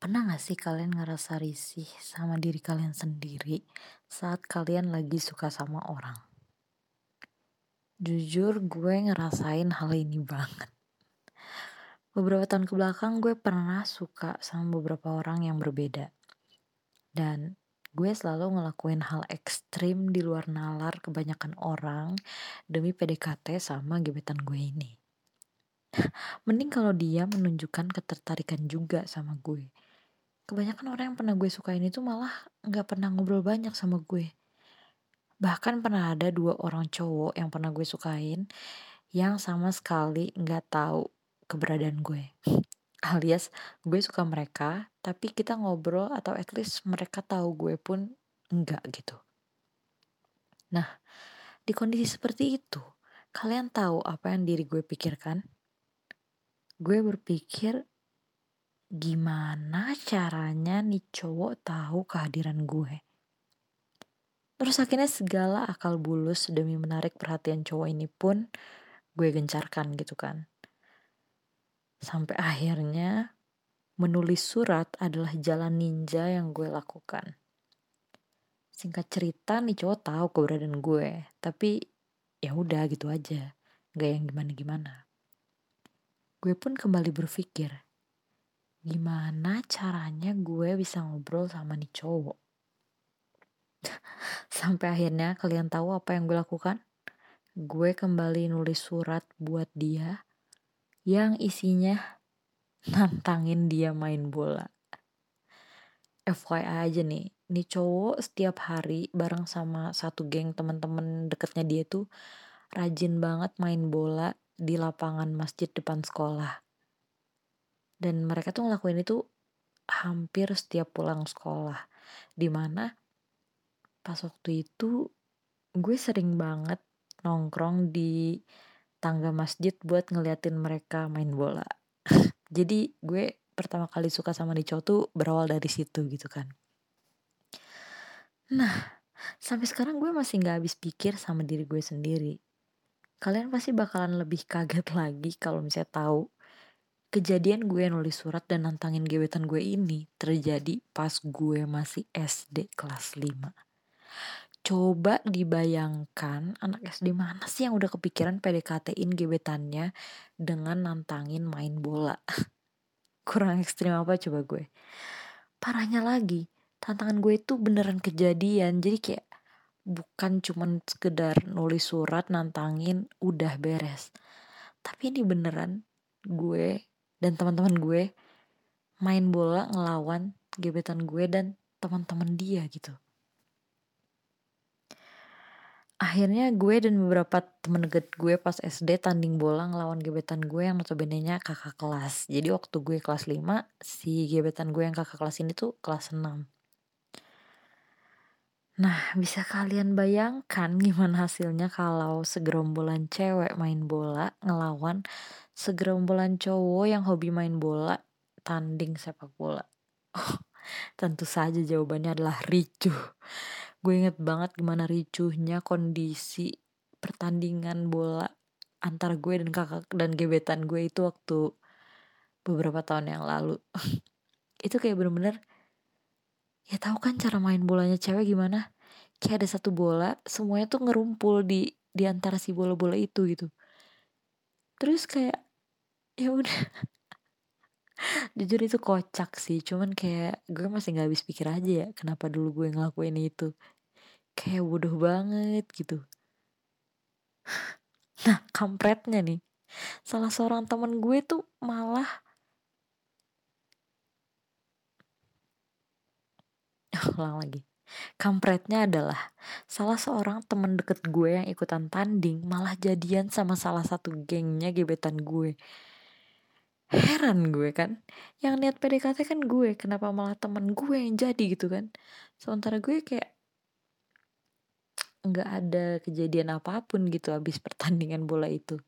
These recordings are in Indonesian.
Pernah gak sih kalian ngerasa risih sama diri kalian sendiri saat kalian lagi suka sama orang? Jujur gue ngerasain hal ini banget. Beberapa tahun ke belakang gue pernah suka sama beberapa orang yang berbeda. Dan gue selalu ngelakuin hal ekstrim di luar nalar kebanyakan orang demi PDKT sama gebetan gue ini. Mending kalau dia menunjukkan ketertarikan juga sama gue. Kebanyakan orang yang pernah gue sukain itu malah gak pernah ngobrol banyak sama gue. Bahkan pernah ada 2 orang cowok yang pernah gue sukain yang sama sekali gak tahu keberadaan gue. Alias gue suka mereka tapi kita ngobrol atau at least mereka tahu gue pun enggak gitu. Nah, di kondisi seperti itu, kalian tahu apa yang diri gue pikirkan? Gue berpikir gimana caranya nih cowok tahu kehadiran gue. Terus akhirnya segala akal bulus demi menarik perhatian cowok ini pun gue gencarkan gitu kan. Sampai akhirnya menulis surat adalah jalan ninja yang gue lakukan. Singkat cerita nih cowok tahu keberadaan gue, tapi ya udah gitu aja, gak yang gimana-gimana. Gue pun kembali berpikir, gimana caranya gue bisa ngobrol sama nih cowok. Sampai akhirnya kalian tahu apa yang gue lakukan? Gue kembali nulis surat buat dia yang isinya nantangin dia main bola. FYI aja nih cowok setiap hari bareng sama satu geng teman-teman deketnya dia tuh rajin banget main bola di lapangan masjid depan sekolah. Dan mereka tuh ngelakuin itu hampir setiap pulang sekolah. Dimana pas waktu itu gue sering banget nongkrong di tangga masjid buat ngeliatin mereka main bola. Jadi gue pertama kali suka sama nih cowok tuh berawal dari situ gitu kan. Nah, sampai sekarang gue masih gak habis pikir sama diri gue sendiri. Kalian pasti bakalan lebih kaget lagi kalau misalnya tahu kejadian gue nulis surat dan nantangin gebetan gue ini terjadi pas gue masih SD kelas 5. Coba dibayangkan anak SD mana sih yang udah kepikiran PDKT-in gebetannya dengan nantangin main bola. Kurang ekstrim apa coba gue. Parahnya lagi, tantangan gue itu beneran kejadian. Jadi kayak bukan cuman sekedar nulis surat nantangin udah beres. Tapi ini beneran gue dan teman-teman gue main bola ngelawan gebetan gue dan teman-teman dia gitu. Akhirnya gue dan beberapa temen deket gue pas SD tanding bola ngelawan gebetan gue yang notabene-nya kakak kelas. Jadi waktu gue kelas 5, si gebetan gue yang kakak kelas ini tuh kelas 6. Nah, bisa kalian bayangkan gimana hasilnya kalau segerombolan cewek main bola ngelawan segerombolan cowok yang hobi main bola tanding sepak bola. Tentu saja jawabannya adalah ricuh. Gue inget banget gimana ricuhnya kondisi pertandingan bola antara gue dan kakak dan gebetan gue itu waktu beberapa tahun yang lalu. Itu kayak bener-bener, ya tahu kan cara main bolanya cewek gimana? Kayak ada satu bola, semuanya tuh ngerumpul di antara si bola-bola itu gitu. Terus kayak ya udah, jujur itu kocak sih, cuman kayak gue masih nggak habis pikir aja ya kenapa dulu gue ngelakuin itu. Kayak bodoh banget gitu. Nah, kampretnya nih, salah seorang temen gue tuh malah ulang lagi. Kampretnya adalah salah seorang temen deket gue yang ikutan tanding malah jadian sama salah satu gengnya gebetan gue. Heran gue kan, yang niat PDKT kan gue, kenapa malah temen gue yang jadi gitu kan. Sementara gue kayak gak ada kejadian apapun gitu abis pertandingan bola itu.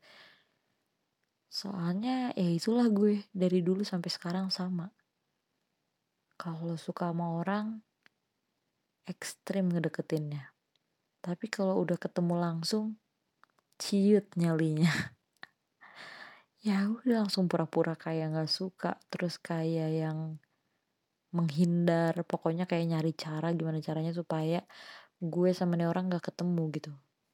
Soalnya ya itulah gue dari dulu sampai sekarang sama. Kalau suka sama orang ekstrim ngedeketinnya. Tapi kalau udah ketemu langsung ciut nyalinya. Ya udah langsung pura-pura kayak nggak suka, terus kayak yang menghindar, pokoknya kayak nyari cara gimana caranya supaya gue sama nih orang gak ketemu gitu.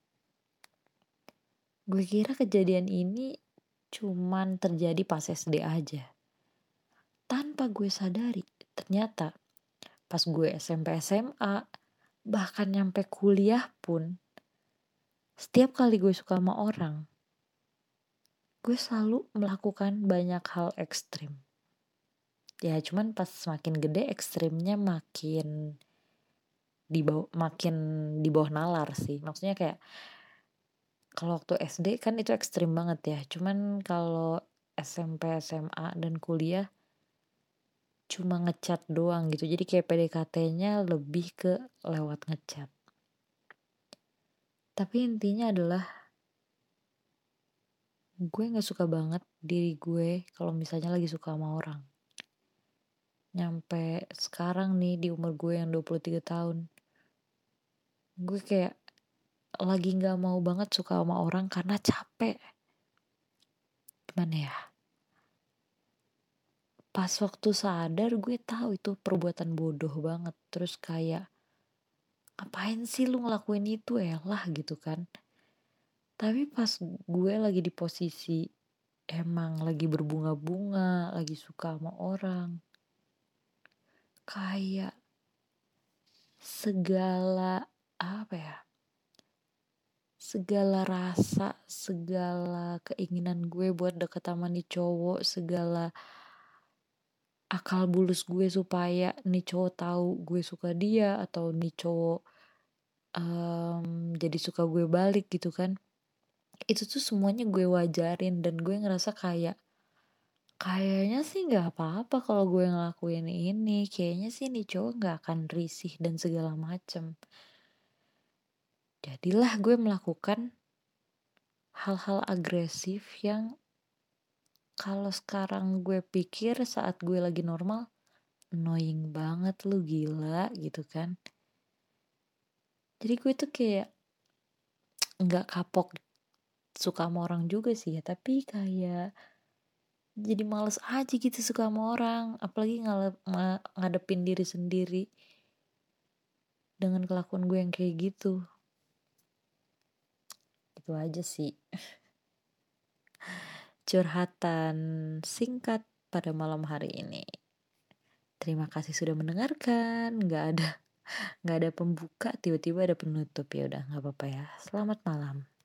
Gue kira kejadian ini cuman terjadi pas SD aja. Tanpa gue sadari, ternyata pas gue SMP SMA, bahkan nyampe kuliah pun, setiap kali gue suka sama orang, gue selalu melakukan banyak hal ekstrim. Ya cuman pas semakin gede ekstrimnya makin di bawah nalar sih. Maksudnya kayak kalau waktu SD kan itu ekstrim banget ya. Cuman kalau SMP, SMA dan kuliah cuma ngechat doang gitu. Jadi kayak PDKT-nya lebih ke lewat ngechat. Tapi intinya adalah gue gak suka banget diri gue kalau misalnya lagi suka sama orang. Nyampe sekarang nih di umur gue yang 23 tahun. Gue kayak lagi gak mau banget suka sama orang karena capek. Gimana ya? Pas waktu sadar gue tahu itu perbuatan bodoh banget. Terus kayak ngapain sih lu ngelakuin itu lah gitu kan. Tapi pas gue lagi di posisi emang lagi berbunga-bunga, lagi suka sama orang. Kayak segala apa ya? Segala rasa, segala keinginan gue buat deket sama nih cowok, segala akal bulus gue supaya nih cowok tahu gue suka dia atau nih cowok jadi suka gue balik gitu kan. Itu tuh semuanya gue wajarin dan gue ngerasa kayaknya sih nggak apa-apa kalau gue ngelakuin ini. Kayaknya sih nih cowok nggak akan risih dan segala macem. Jadilah gue melakukan hal-hal agresif yang kalau sekarang gue pikir saat gue lagi normal, annoying banget lu gila gitu kan. Jadi gue tuh kayak nggak kapok suka sama orang juga sih ya, tapi kayak jadi males aja gitu suka sama orang, apalagi ngadepin diri sendiri dengan kelakuan gue yang kayak gitu. Itu aja sih curhatan singkat pada malam hari ini. Terima kasih sudah mendengarkan. Nggak ada pembuka, tiba-tiba ada penutup. Ya udah nggak apa-apa ya. Selamat malam.